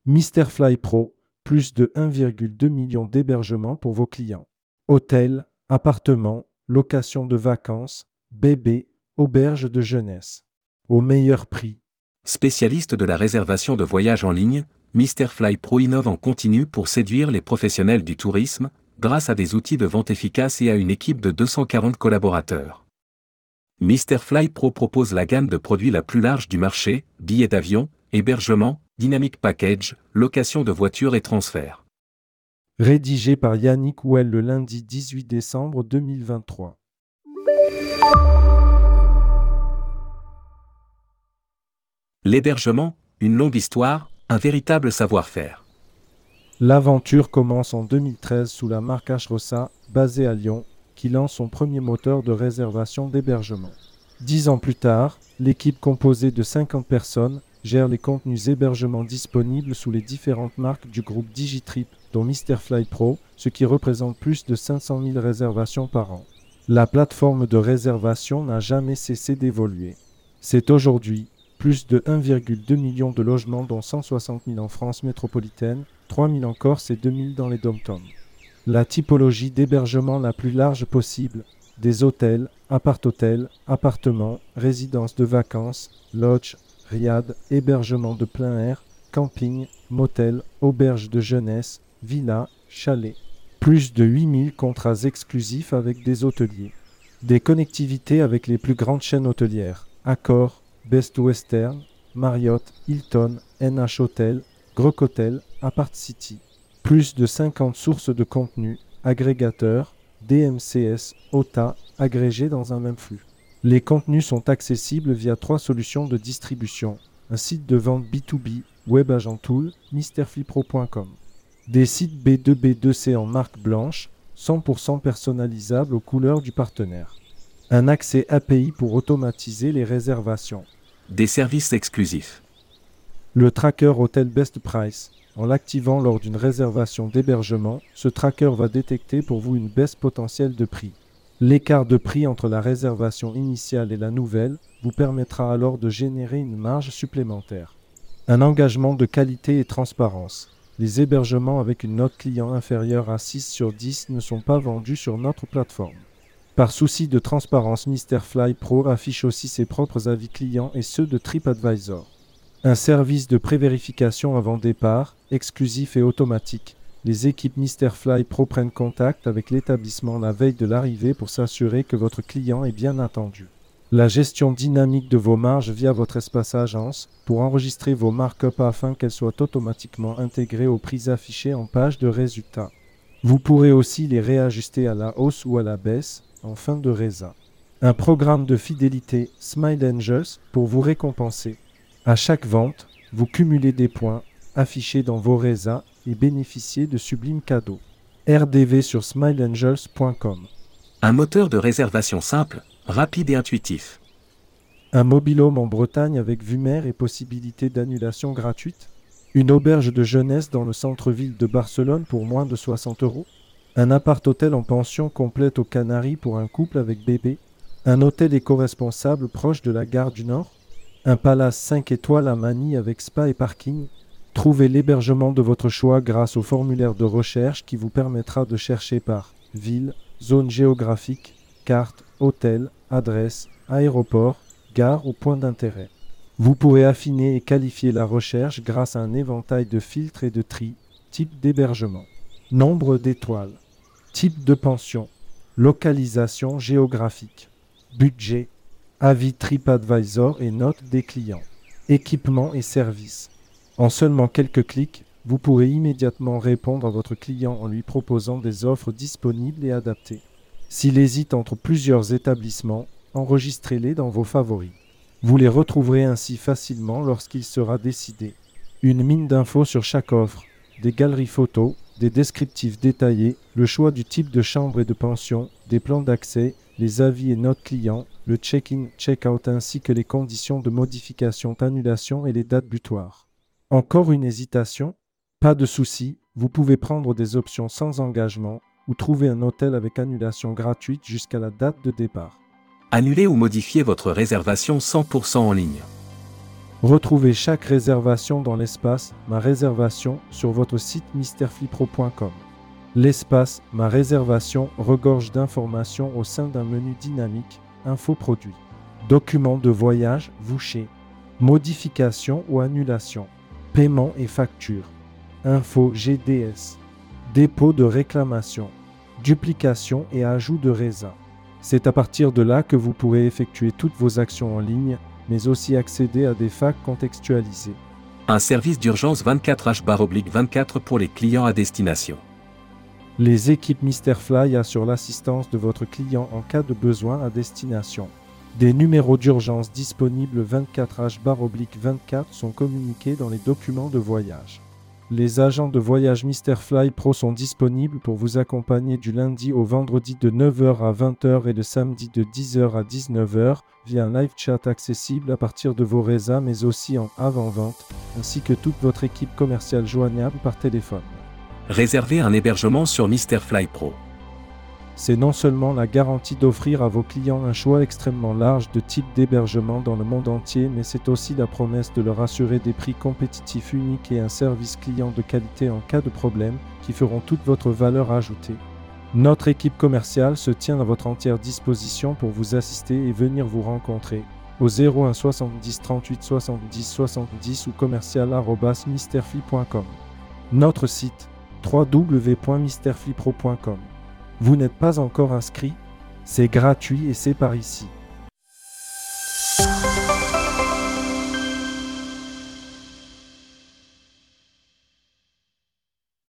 Mr.Fly Pro, plus de 1,2 million d'hébergements pour vos clients. Hôtels, appartements, location de vacances, bébés, auberges de jeunesse. Au meilleur prix. Spécialiste de la réservation de voyages en ligne, Mr.Fly Pro innove en continu pour séduire les professionnels du tourisme, grâce à des outils de vente efficaces et à une équipe de 240 collaborateurs. Mr.Fly Pro propose la gamme de produits la plus large du marché, billets d'avion, hébergement, Dynamic Package, location de voitures et transferts. Rédigé par Yannick Ouel le lundi 18 décembre 2023. L'hébergement, une longue histoire, un véritable savoir-faire. L'aventure commence en 2013 sous la marque Ashrossa, basée à Lyon, qui lance son premier moteur de réservation d'hébergement. 10 ans plus tard, l'équipe composée de 50 personnes gère les contenus hébergements disponibles sous les différentes marques du groupe Digitrip, dont Mr.Fly Pro, ce qui représente plus de 500 000 réservations par an. La plateforme de réservation n'a jamais cessé d'évoluer. C'est aujourd'hui plus de 1,2 million de logements, dont 160 000 en France métropolitaine, 3 000 en Corse et 2 000 dans les dom-toms. La typologie d'hébergement la plus large possible, des hôtels, appart-hôtels, appartements, résidences de vacances, lodges, riad, hébergements de plein air, camping, motels, auberges de jeunesse, villas, chalets. Plus de 8000 contrats exclusifs avec des hôteliers. Des connectivités avec les plus grandes chaînes hôtelières, Accor, Best Western, Marriott, Hilton, NH Hotel, Grok Hotel, Apart City. Plus de 50 sources de contenu, agrégateurs, DMCS, OTA, agrégés dans un même flux. Les contenus sont accessibles via 3 solutions de distribution. Un site de vente B2B, WebAgentTool, MrFlyPro.com. Des sites B2B2C en marque blanche, 100% personnalisables aux couleurs du partenaire. Un accès API pour automatiser les réservations. Des services exclusifs. Le tracker Hotel Best Price. En l'activant lors d'une réservation d'hébergement, ce tracker va détecter pour vous une baisse potentielle de prix. L'écart de prix entre la réservation initiale et la nouvelle vous permettra alors de générer une marge supplémentaire. Un engagement de qualité et transparence. Les hébergements avec une note client inférieure à 6 sur 10 ne sont pas vendus sur notre plateforme. Par souci de transparence, Mr.Fly Pro affiche aussi ses propres avis clients et ceux de TripAdvisor. Un service de prévérification avant départ, exclusif et automatique. Les équipes Mr.Fly Pro prennent contact avec l'établissement la veille de l'arrivée pour s'assurer que votre client est bien attendu. La gestion dynamique de vos marges via votre espace agence pour enregistrer vos markups afin qu'elles soient automatiquement intégrées aux prix affichés en page de résultats. Vous pourrez aussi les réajuster à la hausse ou à la baisse en fin de résa. Un programme de fidélité Smile Angels pour vous récompenser. À chaque vente, vous cumulez des points affichés dans vos résas et bénéficiez de sublimes cadeaux. RDV sur smileangels.com. Un moteur de réservation simple, rapide et intuitif. Un mobil-home en Bretagne avec vue mer et possibilité d'annulation gratuite. Une auberge de jeunesse dans le centre-ville de Barcelone pour moins de 60 €. Un appart-hôtel en pension complète aux Canaries pour un couple avec bébé. Un hôtel éco-responsable proche de la gare du Nord. Un palace 5 étoiles à Manille avec spa et parking. Trouvez l'hébergement de votre choix grâce au formulaire de recherche qui vous permettra de chercher par ville, zone géographique, carte, hôtel, adresse, aéroport, gare ou point d'intérêt. Vous pourrez affiner et qualifier la recherche grâce à un éventail de filtres et de tri, type d'hébergement, nombre d'étoiles, type de pension, localisation géographique, budget, avis TripAdvisor et notes des clients, équipement et services. En seulement quelques clics, vous pourrez immédiatement répondre à votre client en lui proposant des offres disponibles et adaptées. S'il hésite entre plusieurs établissements, enregistrez-les dans vos favoris. Vous les retrouverez ainsi facilement lorsqu'il sera décidé. Une mine d'infos sur chaque offre, des galeries photos, des descriptifs détaillés, le choix du type de chambre et de pension, des plans d'accès, les avis et notes clients, le check-in, check-out ainsi que les conditions de modification, d'annulation et les dates butoirs. Encore une hésitation? Pas de souci, vous pouvez prendre des options sans engagement ou trouver un hôtel avec annulation gratuite jusqu'à la date de départ. Annulez ou modifiez votre réservation 100% en ligne. Retrouvez chaque réservation dans l'espace Ma réservation sur votre site mrflypro.com. L'espace Ma réservation regorge d'informations au sein d'un menu dynamique Info produits. Documents de voyage, voucher. Modification ou annulation. Paiement et facture. Info GDS. Dépôt de réclamation. Duplication et ajout de raisin. C'est à partir de là que vous pourrez effectuer toutes vos actions en ligne, mais aussi accéder à des facs contextualisés. Un service d'urgence 24H/24 pour les clients à destination. Les équipes Mr.Fly assurent l'assistance de votre client en cas de besoin à destination. Des numéros d'urgence disponibles 24H/24 sont communiqués dans les documents de voyage. Les agents de voyage Mr.Fly Pro sont disponibles pour vous accompagner du lundi au vendredi de 9h à 20h et le samedi de 10h à 19h via un live chat accessible à partir de vos résas mais aussi en avant-vente, ainsi que toute votre équipe commerciale joignable par téléphone. Réservez un hébergement sur Mr.Fly Pro. C'est non seulement la garantie d'offrir à vos clients un choix extrêmement large de types d'hébergement dans le monde entier, mais c'est aussi la promesse de leur assurer des prix compétitifs uniques et un service client de qualité en cas de problème qui feront toute votre valeur ajoutée. Notre équipe commerciale se tient à votre entière disposition pour vous assister et venir vous rencontrer au 01 70 38 70 70 ou commercial@mrfly.com. Notre site www.mrflypro.com. Vous n'êtes pas encore inscrit? C'est gratuit et c'est par ici.